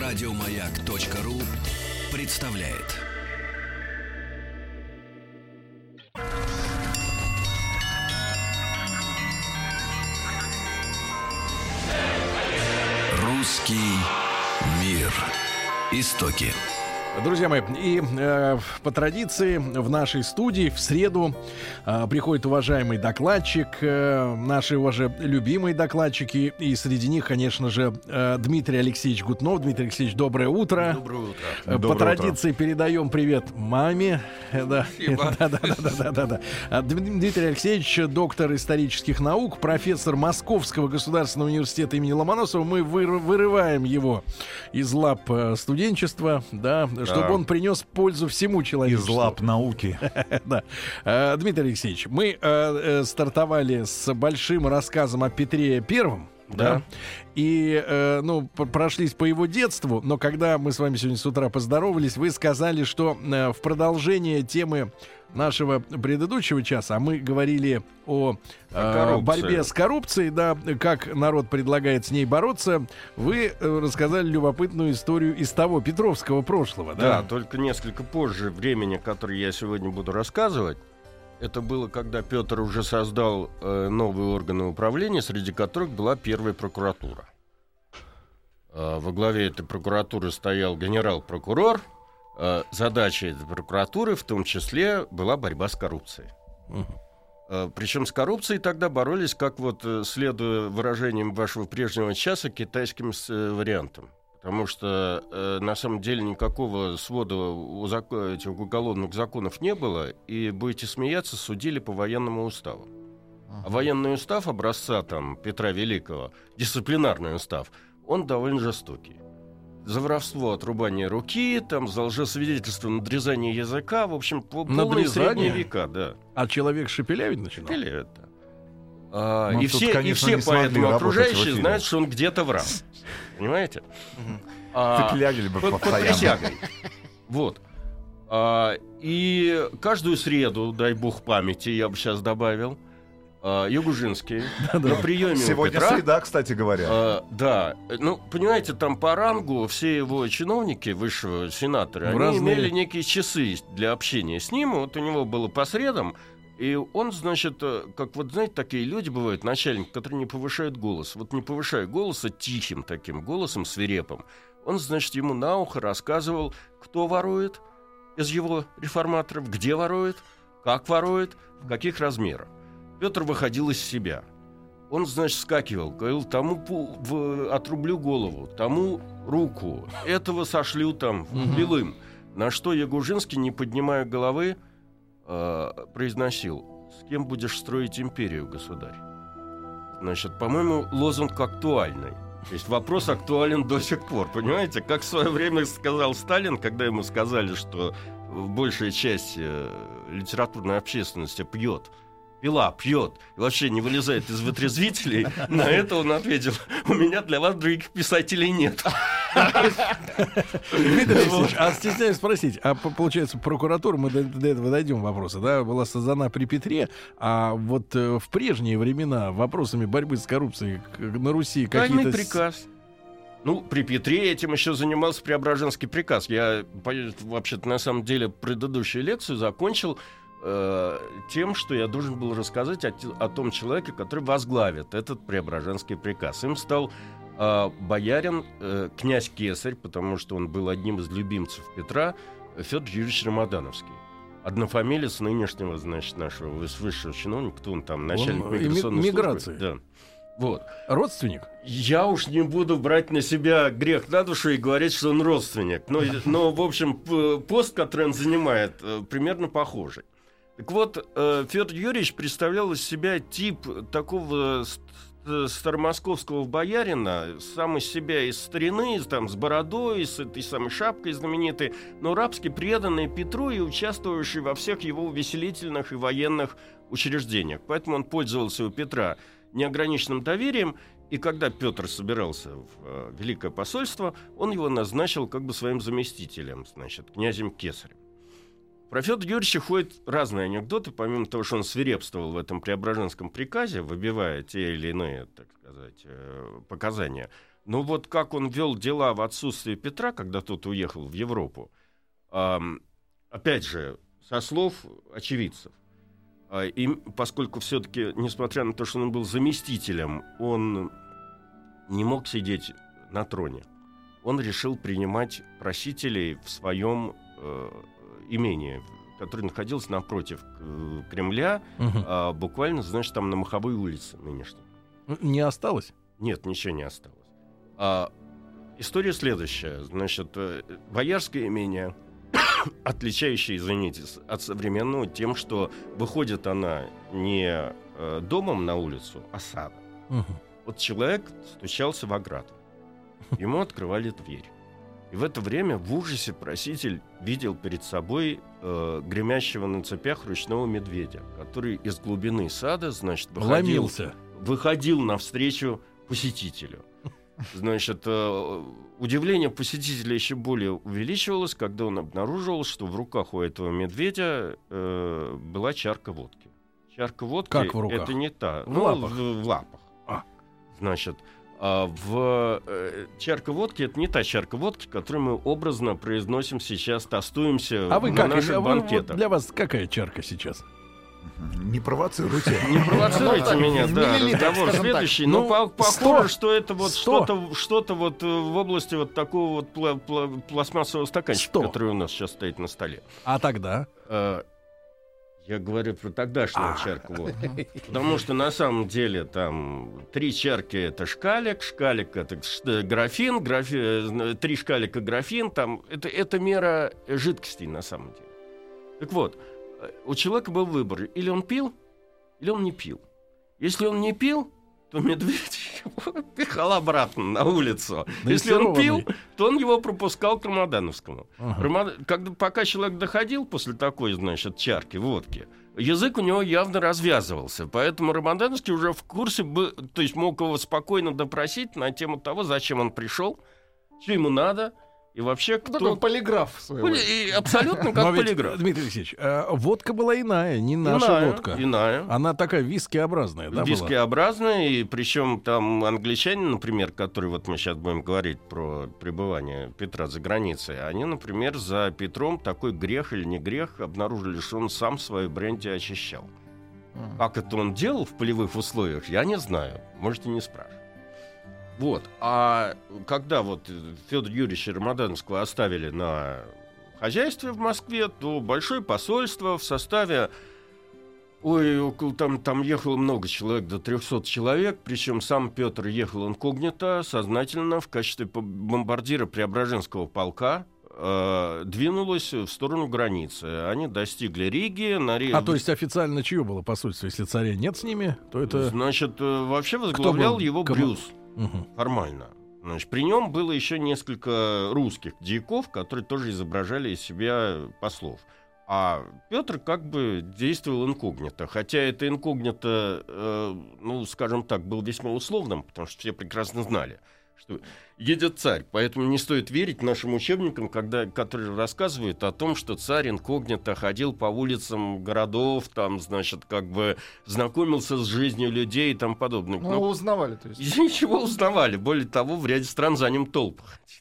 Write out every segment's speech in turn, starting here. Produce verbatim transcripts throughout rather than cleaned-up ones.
Радиомаяк.ру представляет. Русский мир. Истоки. Друзья мои, и э, по традиции в нашей студии в среду э, приходит уважаемый докладчик, э, наши уже любимые докладчики, и среди них, конечно же, э, Дмитрий Алексеевич Гутнов. Дмитрий Алексеевич, доброе утро. Доброе утро. Э, по Доброе традиции утро. Передаем привет маме. Да. Спасибо. Да, да, да, да, да, да. А Дмитрий Алексеевич, доктор исторических наук, профессор Московского государственного университета имени Ломоносова. Мы выр- вырываем его из лап э, студенчества, да, чтобы Да. он принес пользу всему человечеству. Из лап науки. Да. Э, Дмитрий Алексеевич, мы э, э, стартовали с большим рассказом о Петре Первом. Да. Да. И, э, ну, п- прошлись по его детству, но когда мы с вами сегодня с утра поздоровались, вы сказали, что э, в продолжение темы нашего предыдущего часа, а мы говорили о, О э, борьбе с коррупцией, да, как народ предлагает с ней бороться, вы э, рассказали любопытную историю из того петровского прошлого, Да, да? только несколько позже времени, которое я сегодня буду рассказывать. Это было, когда Петр уже создал э, новые органы управления, среди которых была первая прокуратура. Э, во главе этой прокуратуры стоял генерал-прокурор. Э, задача этой прокуратуры в том числе была борьба с коррупцией. Мгм. Э, причем с коррупцией тогда боролись, как вот, э, следуя выражениям вашего прежнего часа, китайским с, э, вариантом. Потому что э, на самом деле никакого свода у зак- этих уголовных законов не было, и, будете смеяться, судили по военному уставу. А военный устав образца там, Петра Великого, дисциплинарный устав, он довольно жестокий. За воровство, отрубание руки, там, за лжесвидетельство, надрезание языка, в общем, по- полные Надрезание? средние века, да. А человек шепелявить начинал? Или это. А, Ну, и, тут, все, и конечно, все не смогли поэтому работать в окружающие эфире. знают, что он где-то врал. Понимаете? А, Цеплягали бы под, под постоянно. присягой. Вот. А, и каждую среду, дай бог памяти, я бы сейчас добавил, а, Ягужинский на приеме у Сегодня Петра. среда, кстати говоря. А, да, ну, понимаете, там по рангу все его чиновники, высшего сенаторы, В они разные- имели некие часы для общения с ним. Вот у него было по средам, и он, значит, э, как вот, знаете, такие люди бывают, начальники, которые не повышают голос. Вот не повышая голоса тихим таким голосом, свирепым, он, значит, ему на ухо рассказывал, кто ворует из его реформаторов, где ворует, как ворует, в каких размерах. Петр выходил из себя. Он, значит, скакивал, говорил, тому пу- в- отрублю голову, тому руку, этого сошлю там, белым. На что Ягужинский, не поднимая головы, э, произносил: с кем будешь строить империю, государь? Значит, по-моему, лозунг актуальный. То есть вопрос актуален до сих пор, понимаете? Как в свое время сказал Сталин, когда ему сказали, что большая часть э, литературной общественности пьет. Пила, пьет и вообще не вылезает из вытрезвителей. На это он ответил: у меня для вас других писателей нет. Дмитрий Алексеевич, а стесняюсь спросить, а по- получается, прокуратура, мы до, до этого дойдем вопроса, да, была создана при Петре, а вот э, в прежние времена вопросами борьбы с коррупцией к- на Руси Тайный какие-то... с- приказ. Ну, при Петре этим еще занимался Преображенский приказ. Я, по- вообще-то, на самом деле, предыдущую лекцию закончил э, тем, что я должен был рассказать о, те- о том человеке, который возглавит этот Преображенский приказ. Им стал э, боярин, э, князь Кесарь, потому что он был одним из любимцев Петра, Федор Юрьевич Рамадановский. Однофамилец нынешнего, значит, нашего выс- высшего чиновника, кто он там, начальник Он, э, миграционной ми- службы. миграции. Да. Вот. Родственник? Я уж не буду брать на себя грех на душу и говорить, что он родственник. Но, но в общем, п- пост, который он занимает, э, примерно похожий. Так вот, э, Федор Юрьевич представлял из себя тип такого ст- ст- старомосковского боярина, сам из себя из старины, там, с бородой, с этой самой шапкой знаменитой, но рабски преданный Петру и участвовавший во всех его увеселительных и военных учреждениях. Поэтому он пользовался у Петра неограниченным доверием, и когда Петр собирался в э, Великое посольство, он его назначил как бы своим заместителем, значит, князем Кесарем. Про Федора Юрьевича ходят разные анекдоты, помимо того, что он свирепствовал в этом Преображенском приказе, выбивая те или иные, так сказать, э, показания. Но вот как он вел дела в отсутствие Петра, когда тот уехал в Европу, э, опять же, со слов очевидцев, э, и поскольку все-таки, несмотря на то, что он был заместителем, он не мог сидеть на троне, он решил принимать просителей в своем э, имении, которое находилось напротив э, Кремля, Угу. э, буквально, значит, там на Маховой улице нынешней. Не осталось? Нет, ничего не осталось. А, история следующая. Значит, э, боярское имение, отличающее, извините, с- от современного тем, что выходит она не э, домом на улицу, а садом. Угу. Вот человек стучался в ограду. Ему открывали дверь. И в это время в ужасе проситель видел перед собой э, гремящего на цепях ручного медведя, который из глубины сада, значит, выходил, Ломился. выходил навстречу посетителю. Значит, э, удивление посетителя еще более увеличивалось, когда он обнаружил, что в руках у этого медведя э, была чарка водки. Чарка водки — Как в руках? это не та. В ну, лапах? В, в лапах. А. Значит, а в э, чарка водки — это не та чарка водки, которую мы образно произносим сейчас, тостуемся А вы на как? наших а вы- вот банкетах. для вас какая чарка сейчас? Не провоцируйте. Не провоцируйте Ну, так, меня, в да, миллилитрах, разговор скажем следующий. так. Но Ну, по- похоже, сто. что это вот сто. что-то, что-то вот э, в области вот такого вот пла- пла- пластмассового стаканчика, сто. который у нас сейчас стоит на столе. А тогда? Э, Я говорю про тогдашнюю А. чарку водки. Потому что на самом деле там три чарки — это шкалик, шкалик — это ш- графин, графи- э, три шкалика — графин. Там, это, это мера жидкостей на самом деле. Так вот, э, у человека был выбор. Или он пил, или он не пил. Если он не пил, то медведь его пихал обратно на улицу. Если он пил, то он его пропускал к Рамадановскому. Ага. Рамад- Когда, пока человек доходил после такой, значит, чарки водки, язык у него явно развязывался. Поэтому Рамадановский уже в курсе, бы, то есть мог его спокойно допросить на тему того, зачем он пришел, что ему надо, и вообще кто... Такой полиграф своего. И абсолютно Но как ведь, полиграф. Дмитрий Алексеевич, э, водка была иная, не наша Иная, водка. иная. Она такая вискеобразная, да, была? Вискеобразная, и причем там англичане, например, которые вот мы сейчас будем говорить про пребывание Петра за границей, они, например, за Петром такой грех или не грех обнаружили, что он сам свою бренди очищал. Ага. Как это он делал в полевых условиях, я не знаю, можете не спрашивать. Вот, а когда вот Федора Юрьевича Рамадановского оставили на хозяйстве в Москве, то большое посольство в составе, ой, около там, там ехало много человек, до трехсот человек, причем сам Петр ехал инкогнито, сознательно, в качестве по- бомбардира Преображенского полка, э, двинулось в сторону границы. Они достигли Риги. На Ри- А то есть официально чье было посольство? Если царя нет с ними, то это... Значит, э, вообще возглавлял был его кому- Брюс. Мгм. Формально. Значит, при нем было еще несколько русских дьяков, которые тоже изображали из себя послов. А Петр как бы действовал инкогнито. Хотя это инкогнито, э, ну, скажем так, был весьма условным, потому что все прекрасно знали, что едет царь. Поэтому не стоит верить нашим учебникам, когда, которые рассказывают о том, что царь инкогнито ходил по улицам городов, там, значит, как бы знакомился с жизнью людей и тому подобное. Ну, Но узнавали, то есть. из ничего узнавали. Более того, в ряде стран за ним толпы ходили.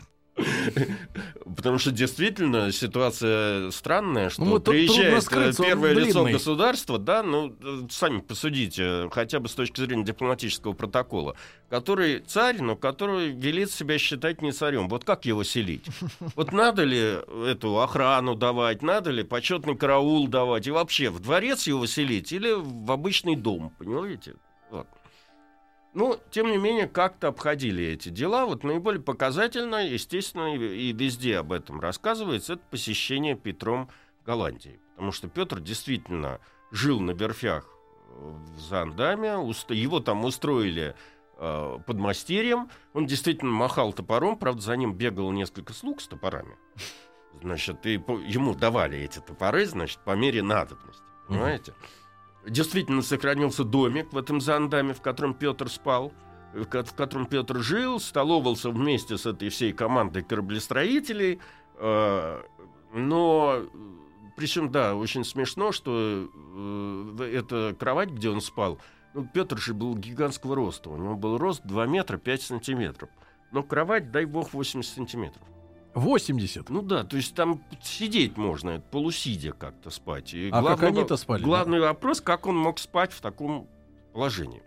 Потому что действительно ситуация странная, что Ну, мы тут трудно приезжает скрыться, он первое лицо длинный. государства, да, ну, э, сами посудите, хотя бы с точки зрения дипломатического протокола, который царь, но который велит себя считать не царем. Вот как его селить? Вот надо ли эту охрану давать, надо ли почетный караул давать, и вообще в дворец его селить или в обычный дом, понимаете? Вот. Ну, тем не менее, как-то обходили эти дела. Вот наиболее показательно, естественно, и, и везде об этом рассказывается, это посещение Петром Голландии. Потому что Петр действительно жил на верфях в Зандаме, уст- его там устроили э, подмастерьем, он действительно махал топором, правда, за ним бегало несколько слуг с топорами. Значит, и по- ему давали эти топоры, значит, по мере надобности, понимаете? Действительно сохранился домик в этом Зандаме, в котором Петр спал, в ко- в котором Петр жил, столовался вместе с этой всей командой кораблестроителей. э, Но, причем, да, очень смешно, что э, в- эта кровать, где он спал, Ну, Петр же был гигантского роста. У него был рост два метра пять сантиметров. Но кровать, дай бог, восемьдесят сантиметров. восемьдесят? Ну да, то есть там сидеть можно, это полусидя как-то спать. И а как они-то спали? Главный да? вопрос, как он мог спать в таком положении.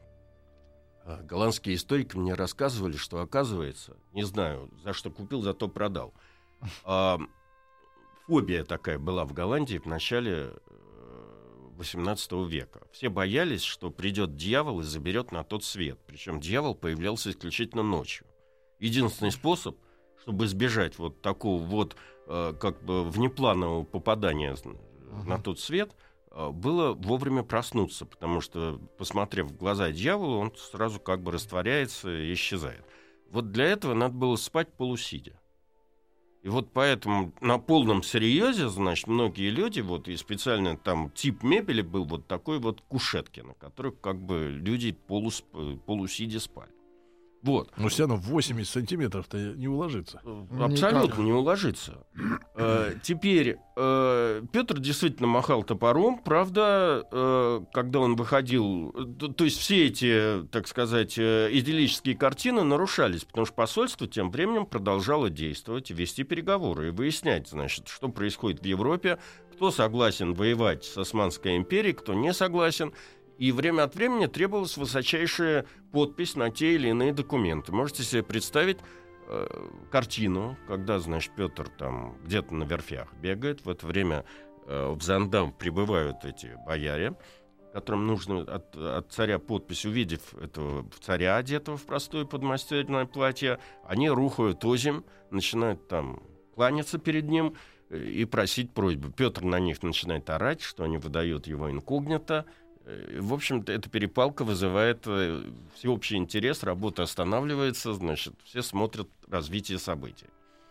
Голландские историки мне рассказывали, что, оказывается, не знаю, за что купил, зато продал. А, фобия такая была в Голландии в начале восемнадцатого века. Все боялись, что придет дьявол и заберет на тот свет. Причем дьявол появлялся исключительно ночью. Единственный способ, чтобы избежать вот такого вот э, как бы внепланового попадания uh-huh. на тот свет, э, было вовремя проснуться, потому что, посмотрев в глаза дьяволу, он сразу как бы растворяется и исчезает. Вот для этого надо было спать полусидя. И вот поэтому на полном серьезе, значит, многие люди, вот и специально там тип мебели был вот такой вот кушетки, на которых как бы люди полус, полусидя спали. Вот. Но все равно восемьдесят сантиметров-то не уложится. Абсолютно Никак. не уложится. э, теперь э, Петр действительно махал топором. Правда, э, когда он выходил... То, то есть все эти, так сказать, э, идиллические картины нарушались, потому что посольство тем временем продолжало действовать, вести переговоры и выяснять, значит, что происходит в Европе, кто согласен воевать с Османской империей, кто не согласен. И время от времени требовалась высочайшая подпись на те или иные документы. Можете себе представить э, картину, когда, значит, Петр там где-то на верфях бегает, в это время э, в Зандам прибывают эти бояре, которым нужно от, от царя подпись. Увидев этого царя, одетого в простое подмастерное платье, они рухают озимь, начинают там кланяться перед ним и просить просьбы. Петр на них начинает орать, что они выдают его инкогнито. В общем-то, эта перепалка вызывает всеобщий интерес, работа останавливается, значит, все смотрят развитие событий.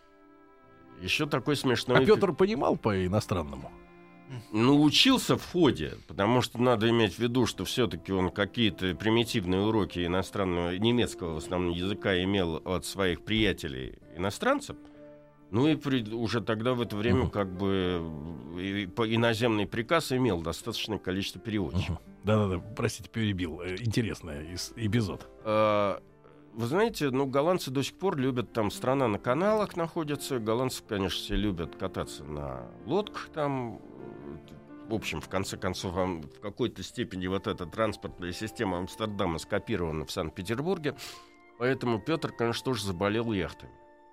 Еще такой смешной... А Петр понимал по-иностранному? Ну, учился в ходе, потому что надо иметь в виду, что все-таки он какие-то примитивные уроки иностранного, немецкого в основном языка имел от своих приятелей иностранцев. Ну и при, уже тогда в это время uh-huh. как бы и, по, иноземный приказ имел достаточное количество переводчиков. Uh-huh. Да-да-да, простите, перебил. Интересный эпизод. А, вы знаете, ну, голландцы до сих пор любят, там страна на каналах находится, голландцы, конечно, все любят кататься на лодках там. В общем, в конце концов, в какой-то степени вот эта транспортная система Амстердама скопирована в Санкт-Петербурге, поэтому Петр, конечно, тоже заболел яхтами.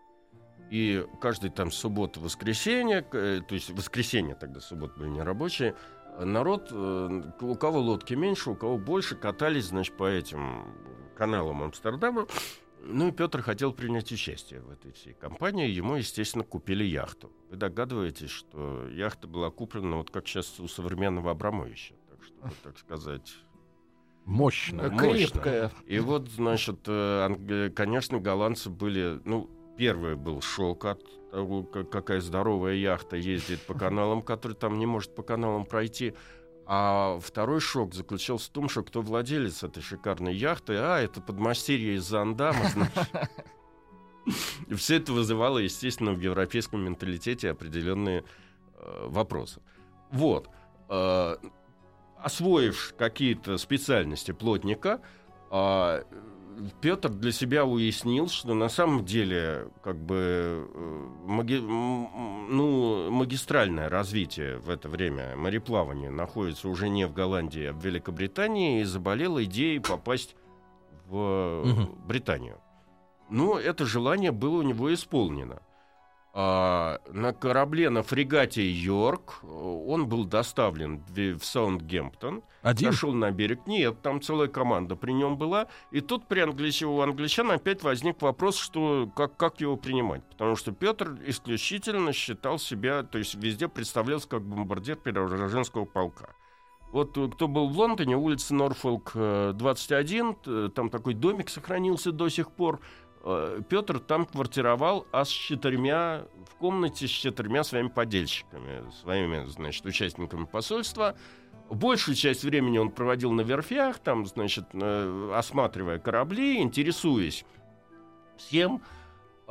И каждый там суббота-воскресенье, то есть воскресенье тогда, субботы были нерабочие, народ, у кого лодки меньше, у кого больше, катались, значит, по этим каналам Амстердама. Ну и Петр хотел принять участие в этой всей кампании. Ему, естественно, купили яхту. Вы догадываетесь, что яхта была куплена, вот как сейчас у современного Абрамовича. Так что, вот, так сказать... Мощно. Крепкая. И вот, значит, конечно, голландцы были... ну Первый был шок от того, какая здоровая яхта ездит по каналам, который там не может по каналам пройти. А второй шок заключался в том, что кто владелец этой шикарной яхты, а, это подмастерье из Зандама, значит. И все это вызывало, естественно, в европейском менталитете определенные э, вопросы. Вот. Э, освоив какие-то специальности плотника, э, Петр для себя уяснил, что на самом деле как бы маги... ну, магистральное развитие в это время мореплавания находится уже не в Голландии, а в Великобритании, и заболел идеей попасть в угу. Британию. Но это желание было у него исполнено. А на корабле, на фрегате «Йорк» он был доставлен в Саутгемптон. Один? Сошел на берег. Нет, там целая команда при нем была. И тут при англич... у англичан опять возник вопрос, что как, как его принимать. Потому что Петр исключительно считал себя, то есть везде представлялся как бомбардир Преображенского полка. Вот кто был в Лондоне, улица Норфолк двадцать один, там такой домик сохранился до сих пор. Петр там квартировал аж с четырьмя, в комнате с четырьмя своими подельщиками, своими, значит, участниками посольства. Большую часть времени он проводил на верфях, там, значит, осматривая корабли, интересуясь всем.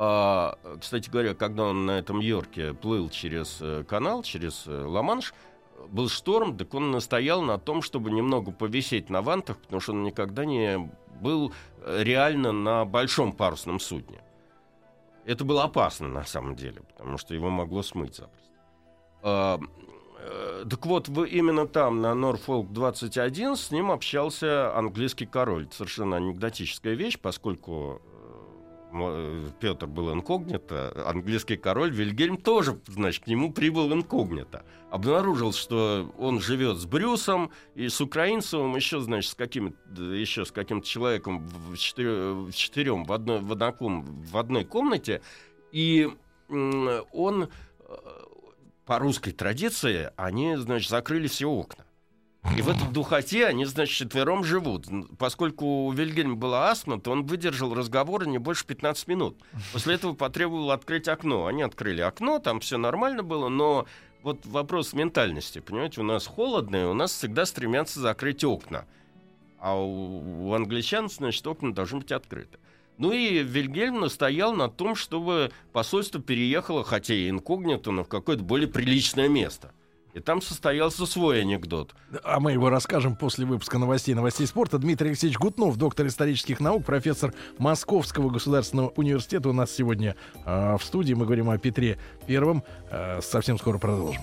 Кстати говоря, когда он на этом Йорке плыл через канал, через Ла-Манш, был шторм, так он настоял на том, чтобы немного повисеть на вантах, потому что он никогда не был реально на большом парусном судне. Это было опасно на самом деле, потому что его могло смыть запросто. А, э, так вот, в, именно там, на Норфолк двадцать один, с ним общался английский король. Совершенно анекдотическая вещь, поскольку Петр был инкогнито, английский король Вильгельм тоже, значит, к нему прибыл инкогнито. Обнаружил, что он живет с Брюсом и с Украинцевым, еще, значит, с каким, еще с каким-то человеком в, четыре, в четырем в одной, в, одноком, в одной комнате. И он, по русской традиции, они, значит, закрыли все окна. И в этой духоте они, значит, четвером живут. Поскольку у Вильгельма была астма, то он выдержал разговор не больше пятнадцати минут. После этого потребовал открыть окно. Они открыли окно, там все нормально было, но вот вопрос ментальности, понимаете, у нас холодно, и у нас всегда стремятся закрыть окна. А у, у англичан, значит, окна должны быть открыты. Ну и Вильгельм настоял на том, чтобы посольство переехало, хотя и инкогнито, но в какое-то более приличное место. И там состоялся свой анекдот. А мы его расскажем после выпуска новостей, новостей спорта. Дмитрий Алексеевич Гутнов, доктор исторических наук, профессор Московского государственного университета. У нас сегодня э, в студии. Мы говорим о Петре Первом. Э, совсем скоро продолжим.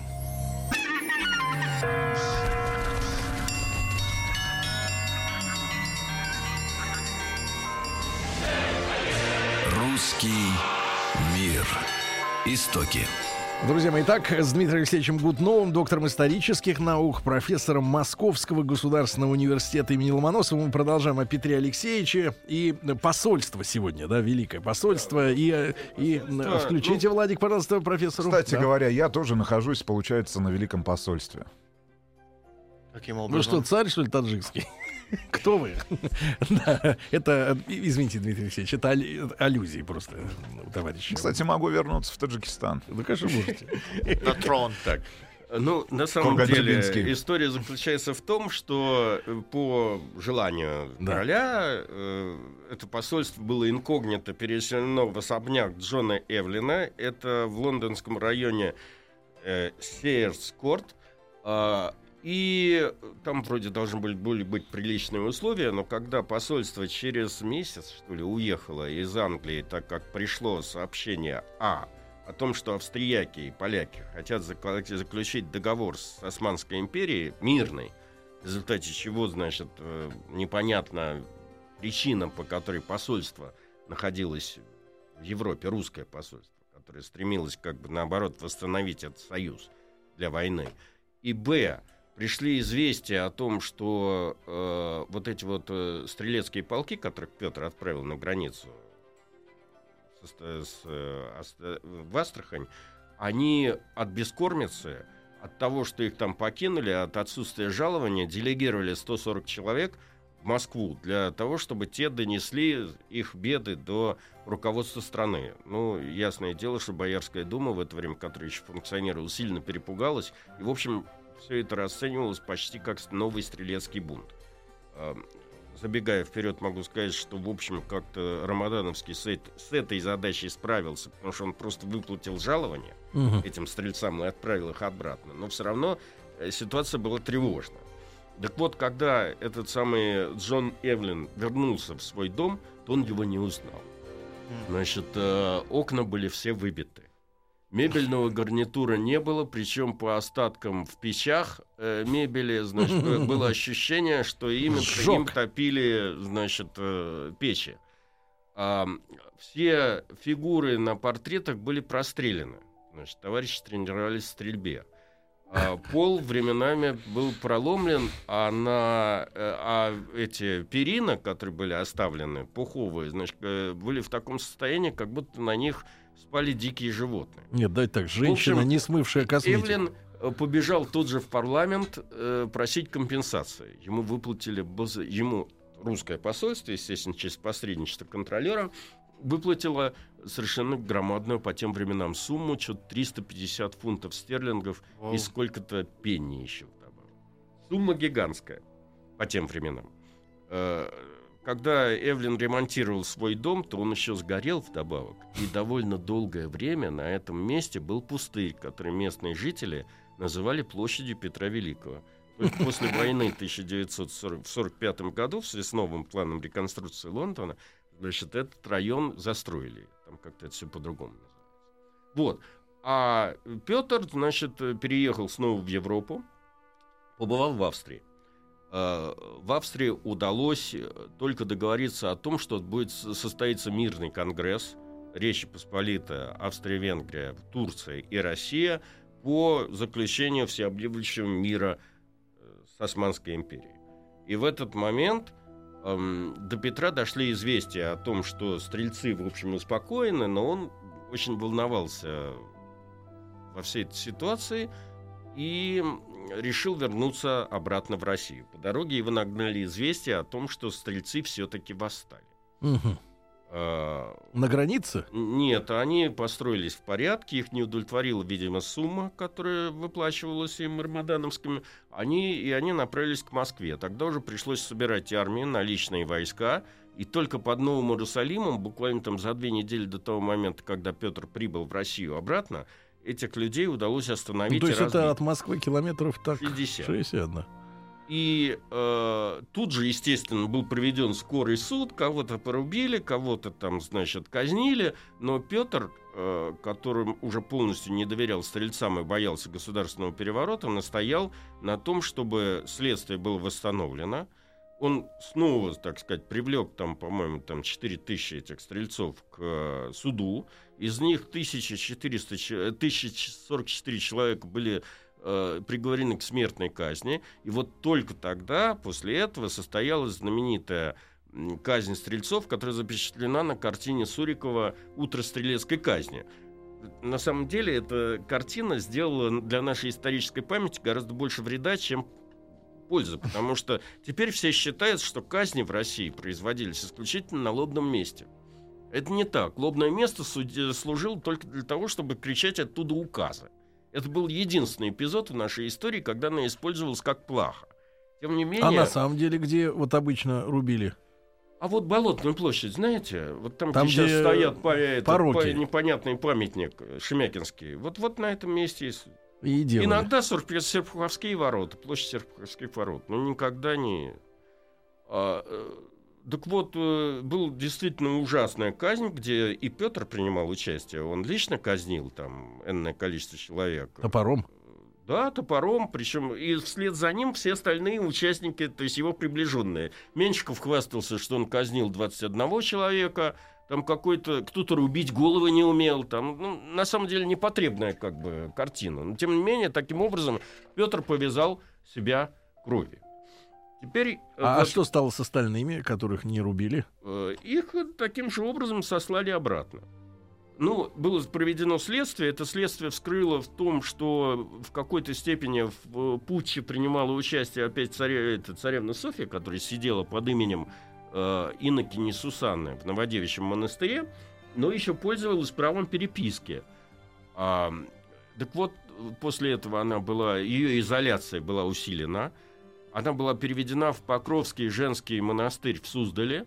Русский мир. Истоки. Друзья мои, итак, с Дмитрием Алексеевичем Гутновым, доктором исторических наук, профессором Московского государственного университета имени Ломоносова, мы продолжаем о Петре Алексеевиче и посольство сегодня, да, великое посольство. И, и да, включите, ну, Владик, пожалуйста, профессору. Кстати да. говоря, я тоже нахожусь, получается, на великом посольстве. Каким образом? Вы что, царь, что ли, таджикский? Кто вы? Да, это, извините, Дмитрий Алексеевич, это аллюзии просто, товарищи. Кстати, могу вернуться в Таджикистан. Да, конечно, можете. На трон. Так. Ну, на самом деле, история заключается в том, что по желанию да. короля э, это посольство было инкогнито переселено в особняк Джона Эвлина. Это в лондонском районе э, Сейерс-Корт. Э, И там вроде должны были, были быть приличные условия, но когда посольство через месяц, что ли, уехало из Англии, так как пришло сообщение а, о том, что австрияки и поляки хотят заключить договор с Османской империей, мирный, в результате чего, значит, непонятна причина, по которой посольство находилось в Европе, русское посольство, которое стремилось, как бы, наоборот, восстановить этот союз для войны, и б, пришли известия о том, что э, вот эти вот э, стрелецкие полки, которых Петр отправил на границу с, с, с, в Астрахань, они от бескормицы, от того, что их там покинули, от отсутствия жалования, делегировали сто сорок человек в Москву для того, чтобы те донесли их беды до руководства страны. Ну, ясное дело, что Боярская дума в это время, которая еще функционировала, сильно перепугалась. И, в общем, все это расценивалось почти как новый стрелецкий бунт. Забегая вперед, могу сказать, что, в общем, как-то Рамадановский с, этой, с этой задачей справился, потому что он просто выплатил жалование угу. этим стрельцам и отправил их обратно. Но все равно ситуация была тревожна. Так вот, когда этот самый Джон Эвлин вернулся в свой дом, то он его не узнал. Значит, окна были все выбиты. Мебельного гарнитура не было, причем по остаткам в печах э, мебели, значит, было ощущение, что им, им топили, значит, э, печи. А, все фигуры на портретах были прострелены. Значит, товарищи тренировались в стрельбе. А, пол временами был проломлен, а, на, э, а эти перины, которые были оставлены, пуховые, значит, э, были в таком состоянии, как будто на них спали дикие животные. Нет, дай так, женщина, общем, не смывшая косметику. Эвлин побежал тут же в парламент э, просить компенсации. Ему выплатили, ему русское посольство, естественно, через посредничество контролера, выплатило совершенно громадную по тем временам сумму, что-то триста пятьдесят фунтов стерлингов Воу. И сколько-то пенни еще вдобавок. Сумма гигантская по тем временам. Э, Когда Эвлин ремонтировал свой дом, то он еще сгорел вдобавок. И довольно долгое время на этом месте был пустырь, который местные жители называли площадью Петра Великого. Только после войны тысяча девятьсот сорок пятом году, в связи с новым планом реконструкции Лондона, значит, этот район застроили. Там как-то это все по-другому называется. Вот. А Петр, значит, переехал снова в Европу, побывал в Австрии. В Австрии удалось только договориться о том, что будет состоится мирный конгресс Речи Посполитая, Австрия-Венгрия, Турция и Россия по заключению всеобъемлющего мира с Османской империей. И в этот момент эм, до Петра дошли известия о том, что стрельцы, в общем, успокоены, но он очень волновался во всей этой ситуации и решил вернуться обратно в Россию. По дороге его нагнали известия о том, что стрельцы все-таки восстали. Угу. А, на границе? Нет, они построились в порядке, их не удовлетворила, видимо, сумма, которая выплачивалась им мармадановскими, они, и они направились к Москве. Тогда уже пришлось собирать армию, наличные войска, и только под Новым Иерусалимом, буквально там за две недели до того момента, когда Петр прибыл в Россию обратно, этих людей удалось остановить. Ну, то есть и это от Москвы километров так шестьдесят. шестьдесят, да. И э, тут же, естественно, был проведен скорый суд, кого-то порубили, кого-то там, значит, казнили, но Петр, э, которым уже полностью не доверял стрельцам и боялся государственного переворота, настоял на том, чтобы следствие было восстановлено. Он снова, так сказать, привлек там, по-моему, там четыре тысячи этих стрельцов к э, суду. Из них тысяча четыреста, тысяча сорок четыре человека были э, приговорены к смертной казни. И вот только тогда, после этого, состоялась знаменитая казнь стрельцов, которая запечатлена на картине Сурикова «Утро стрелецкой казни». На самом деле, эта картина сделала для нашей исторической памяти гораздо больше вреда, чем пользы, потому что теперь все считают, что казни в России производились исключительно на лобном месте. Это не так. Лобное место служило только для того, чтобы кричать оттуда указы. Это был единственный эпизод в нашей истории, когда она использовалась как плаха. Тем не менее... А на самом деле, где вот обычно рубили? А вот Болотную площадь, знаете, вот там, там где, где сейчас стоят по, этот, по, непонятный памятник Шемякинский, вот, вот на этом месте есть... И иногда Серпуховские ворота, площадь Серпуховских ворот, но никогда не... А, так вот, была действительно ужасная казнь, где и Петр принимал участие, он лично казнил там энное количество человек. Топором? Да, топором, причем и вслед за ним все остальные участники, то есть его приближенные. Меньшиков хвастался, что он казнил двадцать одного человека, там какой-то, кто-то рубить головы не умел, там, ну, на самом деле непотребная как бы картина. Но тем не менее, таким образом Петр повязал себя кровью. Теперь, а вот, что стало с остальными, которых не рубили? Их таким же образом сослали обратно. Ну, было проведено следствие. Это следствие вскрыло в том, что в какой-то степени в путче принимала участие опять царя, это, царевна Софья, которая сидела под именем э, инокини Сусанны в Новодевичьем монастыре, но еще пользовалась правом переписки. А, так вот, после этого она была, ее изоляция была усилена. Она была переведена в Покровский женский монастырь в Суздале.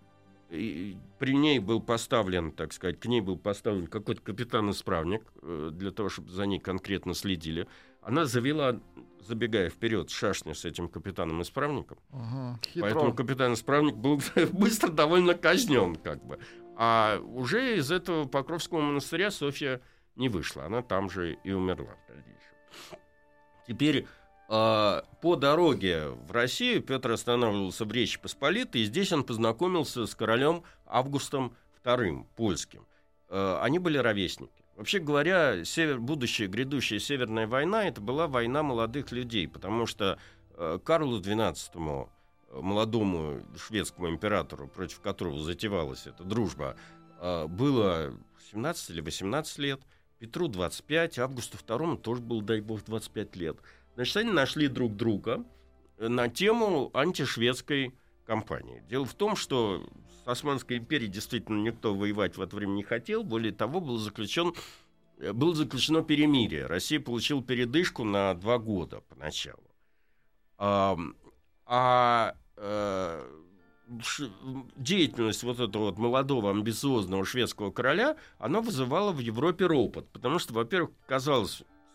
И при ней был поставлен, так сказать, к ней был поставлен какой-то капитан-исправник э, для того, чтобы за ней конкретно следили. Она завела, забегая вперед, шашню с этим капитаном-исправником. Ага, поэтому капитан-исправник был быстро довольно казнен, как бы. А уже из этого Покровского монастыря Софья не вышла. Она там же и умерла в дальнейшем. Теперь... По дороге в Россию Петр останавливался в Речи Посполитой, и здесь он познакомился с королем Августом вторым, польским. Они были ровесники. Вообще говоря, север, будущая, грядущая Северная война — это была война молодых людей, потому что Карлу двенадцатому, молодому шведскому императору, против которого затевалась эта дружба, было семнадцать или восемнадцать лет, Петру двадцать пять, Августу второму тоже было, дай бог, двадцать пять лет. Значит, они нашли друг друга на тему антишведской кампании. Дело в том, что с Османской империей действительно никто воевать в это время не хотел. Более того, был заключен, было заключено перемирие. Россия получила передышку на два года поначалу. А, а, а деятельность вот этого вот молодого амбициозного шведского короля, она вызывала в Европе ропот. Потому что, во-первых, казалось...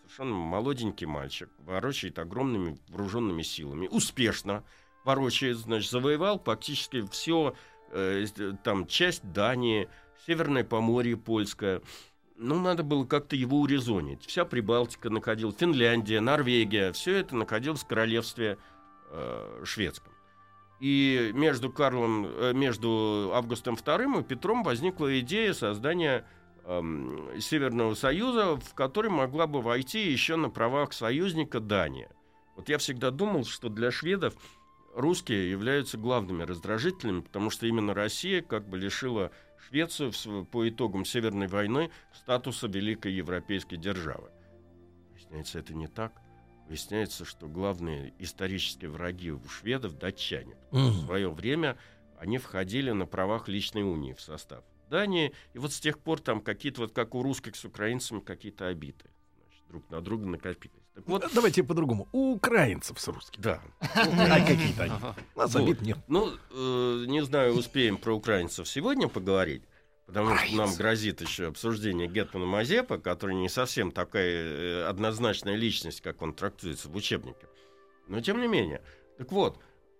совершенно молоденький мальчик, ворочает огромными вооруженными силами, успешно ворочает, значит, завоевал практически все, э, там, часть Дании, Северное Поморье польское. Ну, надо было как-то его урезонить. Вся Прибалтика находилась, Финляндия, Норвегия, все это находилось в королевстве э, шведском. И между Карлом, э, между Августом вторым и Петром возникла идея создания э, Северного Союза, в который могла бы войти еще на правах союзника Дания. Вот я всегда думал, что для шведов русские являются главными раздражителями, потому что именно Россия как бы лишила Швецию по итогам Северной войны статуса великой европейской державы. Выясняется, это не так. Выясняется, что главные исторические враги у шведов — датчане. Mm-hmm. В свое время они входили на правах личной унии в состав Дании, и вот с тех пор там какие-то, вот как у русских с украинцами, какие-то обиды, значит, друг на друга накопились. Так вот, давайте по-другому. У украинцев с русскими. Да. А какие-то они? У нас обид нет. Ну, не знаю, успеем про украинцев сегодня поговорить, потому что нам грозит еще обсуждение Гетмана Мазепы, который не совсем такая однозначная личность, как он трактуется в учебнике. Но тем не менее. Так вот,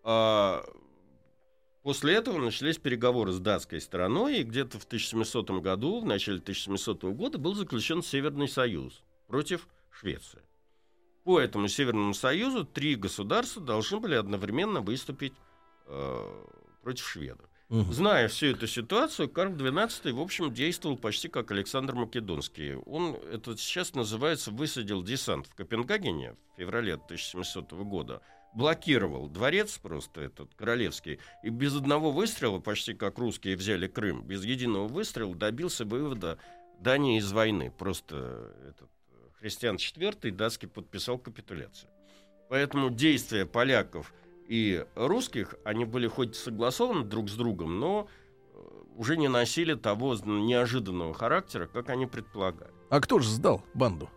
после этого начались переговоры с датской стороной, и где-то в тысяча семисотом году, в начале тысяча семисотого года, был заключен Северный Союз против Швеции. По этому Северному Союзу три государства должны были одновременно выступить э, против шведов. Угу. Зная всю эту ситуацию, Карл двенадцатый, в общем, действовал почти как Александр Македонский. Он, это сейчас называется, высадил десант в Копенгагене в феврале тысяча семисотого года, блокировал дворец просто этот королевский, и без одного выстрела, почти как русские взяли Крым, без единого выстрела добился вывода Дании из войны. Просто этот Христиан четвёртый датский подписал капитуляцию. Поэтому действия поляков и русских, они были хоть согласованы друг с другом, но уже не носили того неожиданного характера, как они предполагали. А кто же сдал банду?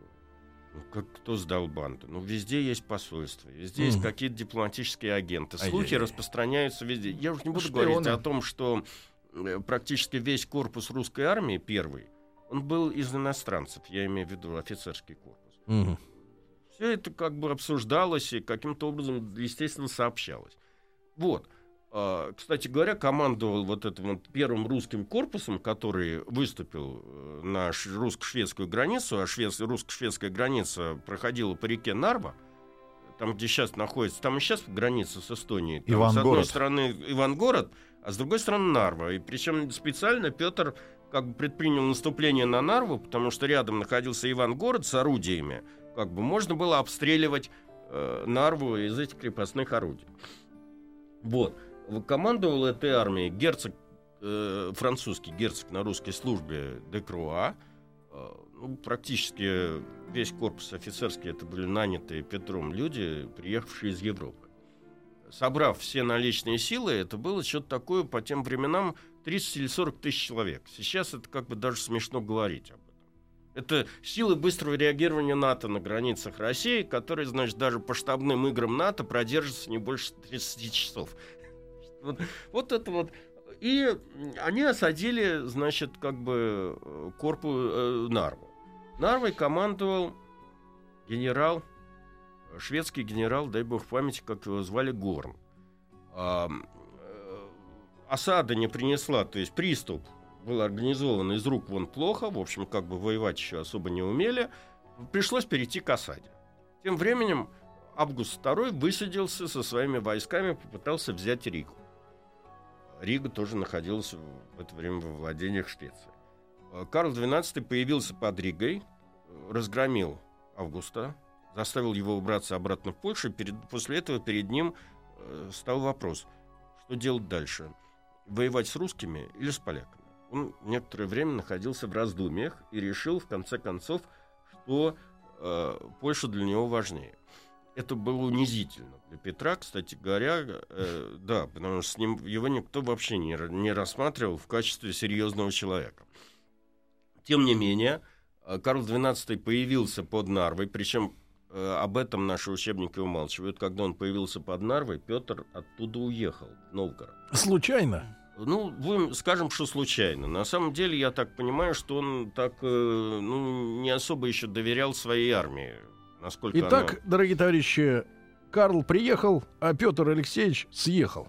Ну, как кто сдал банду? Ну, везде есть посольства, везде mm. есть какие-то дипломатические агенты. Слухи Ай-яй-яй. распространяются везде. Я уже не буду Шпионы. говорить о том, что практически весь корпус русской армии, первый, он был из иностранцев, я имею в виду офицерский корпус. Mm-hmm. Все это как бы обсуждалось и каким-то образом, естественно, сообщалось. Вот. Кстати говоря, командовал вот этим вот первым русским корпусом, который выступил на русско-шведскую границу, а швед... русско-шведская граница проходила по реке Нарва, там, где сейчас находится, там и сейчас граница с Эстонией. Там, с одной стороны Ивангород, а с другой стороны Нарва. И причем специально Петр как бы предпринял наступление на Нарву, потому что рядом находился Ивангород с орудиями. Как бы можно было обстреливать э, Нарву из этих крепостных орудий. Вот. Командовал этой армией герцог, э, французский герцог на русской службе де Круа. Э, ну, практически весь корпус офицерский это были нанятые Петром люди, приехавшие из Европы. Собрав все наличные силы, это было что-то такое по тем временам тридцать или сорок тысяч человек. Сейчас это как бы даже смешно говорить об этом. Это силы быстрого реагирования НАТО на границах России, которые, значит, даже по штабным играм НАТО продержатся не больше тридцати часов. Вот, вот это вот. И они осадили, значит, как бы корпус э, Нарву. Нарвой командовал генерал, шведский генерал, дай бог памяти, как его звали, Горн. А, э, осада не принесла, то есть приступ был организован из рук вон плохо, в общем, как бы воевать еще особо не умели, пришлось перейти к осаде. Тем временем Август второй высадился со своими войсками, попытался взять Ригу. Рига тоже находилась в это время во владениях Швеции. Карл двенадцатый появился под Ригой, разгромил Августа, заставил его убраться обратно в Польшу. Перед, после этого перед ним э, стал вопрос, что делать дальше, воевать с русскими или с поляками. Он некоторое время находился в раздумьях и решил, в конце концов, что э, Польша для него важнее. Это было унизительно для Петра, кстати говоря, э, да, потому что с ним его никто вообще не, не рассматривал в качестве серьезного человека. Тем не менее, Карл двенадцатый появился под Нарвой, причем э, об этом наши учебники умалчивают. Когда он появился под Нарвой, Петр оттуда уехал в Новгород. Случайно? Ну, будем, скажем, что случайно. На самом деле, я так понимаю, что он так, э, ну, не особо еще доверял своей армии. Насколько Итак, она... дорогие товарищи, Карл приехал, а Петр Алексеевич съехал.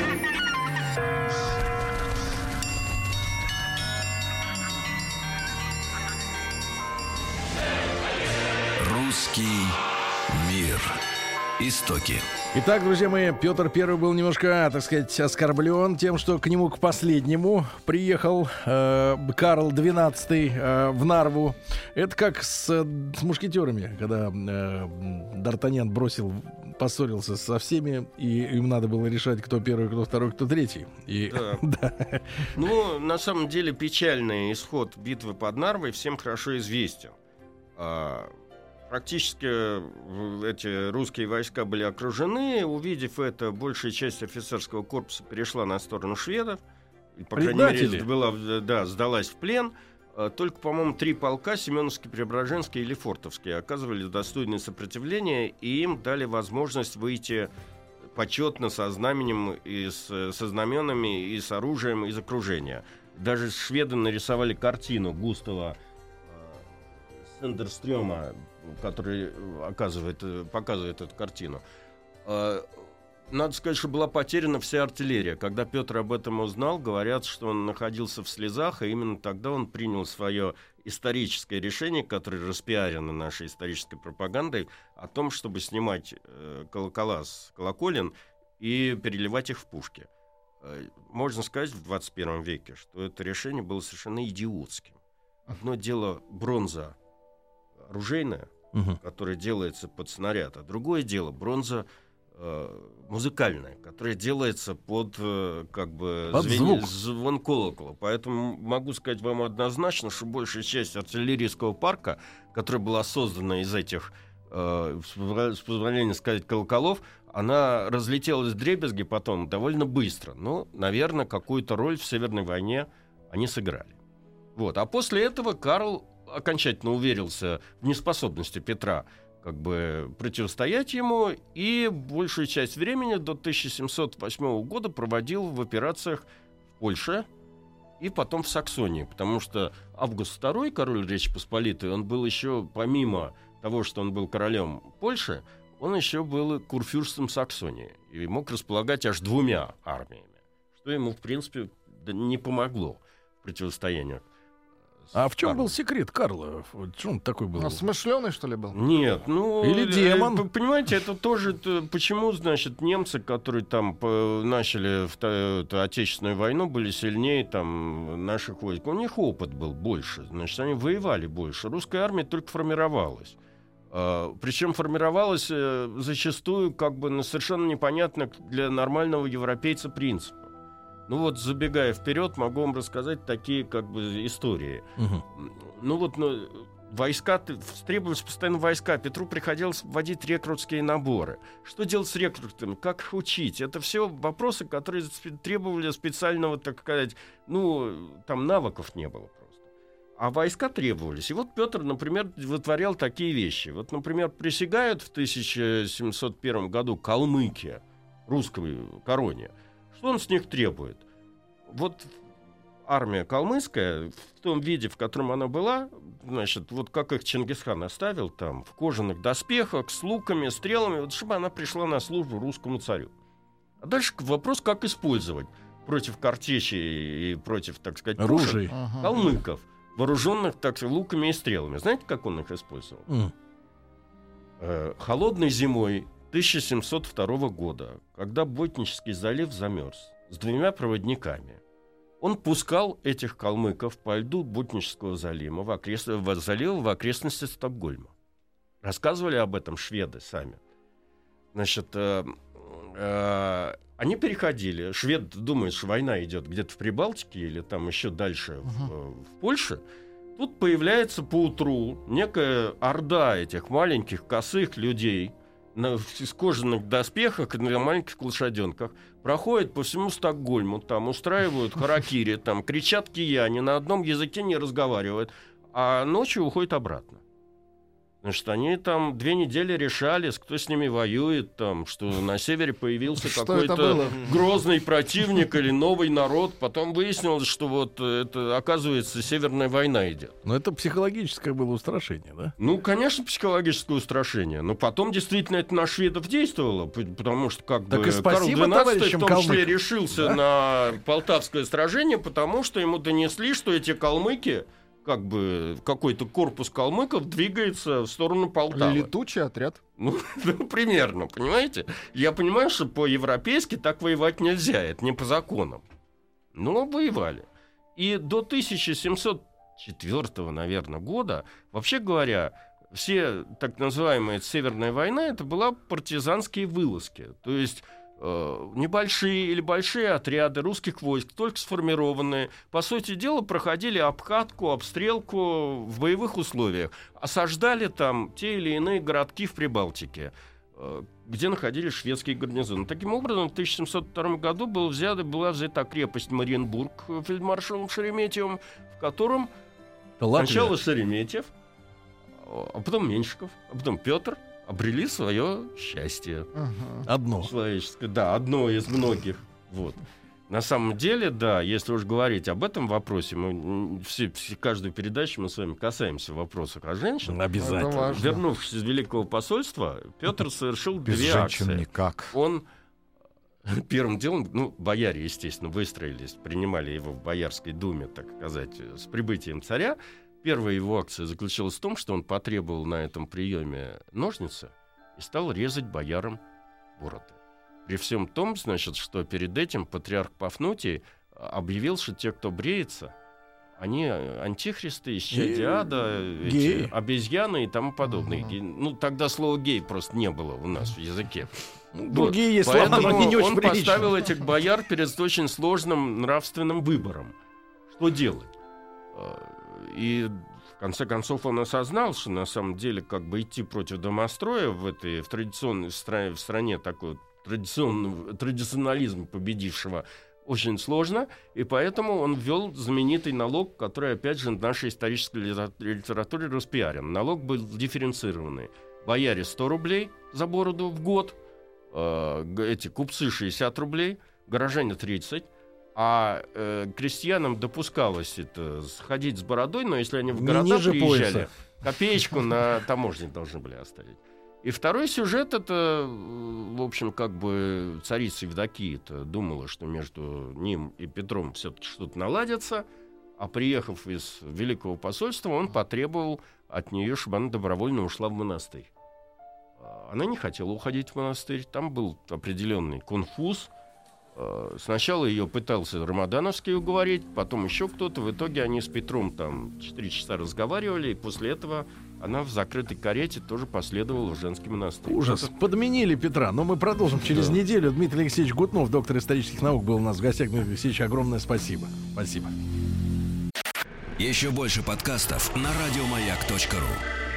Русский мир. Истоки. Итак, друзья мои, Петр Первый был немножко, так сказать, оскорблен тем, что к нему к последнему приехал э, Карл Двенадцатый э, в Нарву. Это как с, с мушкетерами, когда э, Д'Артаньян бросил, поссорился со всеми, и им надо было решать, кто первый, кто второй, кто третий. И, Да. да. Ну, на самом деле, печальный исход битвы под Нарвой всем хорошо известен. А, Практически эти русские войска были окружены. Увидев это, большая часть офицерского корпуса перешла на сторону шведов. И, по крайней мере, была, да, сдалась в плен. Только, по-моему, три полка, Семеновский, Преображенский и Лефортовский, оказывали достойное сопротивление, и им дали возможность выйти почетно со знаменем, и с, со знаменами, и с оружием из окружения. Даже шведы нарисовали картину Густава Сендерстрёма, который оказывает, показывает эту картину. Надо сказать, что была потеряна вся артиллерия. Когда Петр об этом узнал, говорят, что он находился в слезах, и именно тогда он принял свое историческое решение, которое распиарено нашей исторической пропагандой, о том, чтобы снимать колокола с колоколен и переливать их в пушки. Можно сказать в двадцать первом веке, что это решение было совершенно идиотским. Одно дело бронза оружейная, угу. которая делается под снаряд, а другое дело бронза э, музыкальная, которая делается под, э, как бы, под звен... звук. звон колокола. Поэтому могу сказать вам однозначно, что большая часть артиллерийского парка, которая была создана из этих, э, с позволения сказать, колоколов, она разлетелась вдребезги потом довольно быстро. Но, наверное, какую-то роль в Северной войне они сыграли. Вот. А после этого Карл окончательно уверился в неспособности Петра как бы противостоять ему, и большую часть времени до тысяча семьсот восьмого года проводил в операциях в Польше и потом в Саксонии, потому что Август второй, король Речи Посполитой, он был еще, помимо того, что он был королем Польши, он еще был курфюрстом Саксонии и мог располагать аж двумя армиями, что ему, в принципе, не помогло в противостоянии. А в чем был секрет Карла? Что он такой был? А смышленый, что ли, был? Нет, ну... Или демон? Э, понимаете, это тоже... Это, почему, значит, немцы, которые там по, начали в, эту Отечественную войну, были сильнее там наших войск? У них опыт был больше. Значит, они воевали больше. Русская армия только формировалась. А, причем формировалась э, зачастую как бы на совершенно непонятных для нормального европейца принципах. Ну вот, забегая вперед, могу вам рассказать такие как бы истории. Угу. Ну вот, ну, войска, требовались постоянно войска. Петру приходилось вводить рекрутские наборы. Что делать с рекрутами? Как их учить? Это все вопросы, которые требовали специального, так сказать, ну, там навыков не было просто. А войска требовались. И вот Петр, например, вытворял такие вещи. Вот, например, присягают в тысяча семьсот первом году калмыки русской короне. Что он с них требует? Вот армия калмыцкая, в том виде, в котором она была, значит, вот как их Чингисхан оставил там, в кожаных доспехах, с луками, стрелами, вот чтобы она пришла на службу русскому царю. А дальше вопрос, как использовать против картечи и против, так сказать, оружия ага. калмыков, вооруженных, так сказать, луками и стрелами. Знаете, как он их использовал? Mm. Э, холодной зимой тысяча семьсот второго года, когда Ботнический залив замерз с двумя проводниками, он пускал этих калмыков по льду Ботнического залива в, окрест... в, залива в окрестности Стокгольма. Рассказывали об этом шведы сами. Значит, э, э, они переходили. Швед думает, что война идет где-то в Прибалтике или там еще дальше uh-huh. в, в Польше. Тут появляется поутру некая орда этих маленьких косых людей, На, в кожаных доспехах, на маленьких лошаденках, проходят по всему Стокгольму, там устраивают харакири, там кричат кияне, на одном языке не разговаривают, а ночью уходят обратно. Значит, они там две недели решались, кто с ними воюет, там, что на севере появился какой-то грозный противник или новый народ. Потом выяснилось, что вот это, оказывается, Северная война идет. Но это психологическое было устрашение, да? Ну, конечно, психологическое устрашение. Но потом действительно это на шведов действовало, потому что как так бы и Карл двенадцатый в том калмыкам. числе решился да? на Полтавское сражение, потому что ему донесли, что эти калмыки, как бы какой-то корпус калмыков двигается в сторону Полтавы. Летучий отряд. Ну, ну, примерно, понимаете? Я понимаю, что по-европейски так воевать нельзя, это не по законам. Но воевали. И до тысяча семьсот четвёртого, наверное, года, вообще говоря, все так называемая Северная война, это была партизанские вылазки. То есть небольшие или большие отряды русских войск, только сформированные, по сути дела, проходили обкатку, обстрелку в боевых условиях. Осаждали там те или иные городки в Прибалтике, где находились шведские гарнизоны. Таким образом, в тысяча семьсот втором году был взят, была взята крепость Мариенбург фельдмаршалом Шереметьевым, в котором сначала Шереметьев, а потом Меньшиков, а потом Петр обрели свое счастье. Uh-huh. Одно. Человеческое. Да, одно из многих. Вот. На самом деле, да, если уж говорить об этом вопросе, мы все, все, каждую передачу мы с вами касаемся вопросов о женщинах. Обязательно. Вернувшись из Великого посольства, Петр совершил Без две женщин акции. никак. Он первым делом, ну, бояре, естественно, выстроились, принимали его в Боярской думе, так сказать, с прибытием царя. Первая его акция заключалась в том, что он потребовал на этом приеме ножницы и стал резать боярам бороды. При всем том, значит, что перед этим патриарх Пафнутий объявил, что те, кто бреется, они антихристы, исчадия ада, эти обезьяны и тому подобное. Uh-huh. Ну, тогда слова «гей» просто не было у нас в языке. Другие вот. Есть Поэтому слова, но они не очень он приличные. Поставил этих бояр перед очень сложным нравственным выбором. Что делать? И в конце концов он осознал, что на самом деле как бы идти против домостроя в этой в традиционной в стране, в стране такой традиционный традиционализм победившего очень сложно, и поэтому он ввел знаменитый налог, который, опять же, в нашей исторической литературе распиарен. Налог был дифференцированный. Бояре сто рублей за бороду в год, э, эти купцы шестьдесят рублей, горожане тридцать. А э, крестьянам допускалось это ходить с бородой, но если они в города приезжали, пояса. Копеечку на таможне должны были оставить. И второй сюжет — это, в общем, как бы царица Евдокия-то думала, что между ним и Петром все-таки что-то наладится, а приехав из Великого посольства, он потребовал от нее, чтобы она добровольно ушла в монастырь. Она не хотела уходить в монастырь, там был определенный конфуз. Сначала ее пытался Рамадановский уговорить, потом еще кто-то. В итоге они с Петром там четыре часа разговаривали, и после этого она в закрытой карете тоже последовала в женский монастырь. Ужас. Это... Подменили Петра. Но мы продолжим через да. неделю. Дмитрий Алексеевич Гутнов, доктор исторических наук, был у нас в гостях. Дмитрий Алексеевич, огромное спасибо. Спасибо. Еще больше подкастов на радиомаяк точка ру.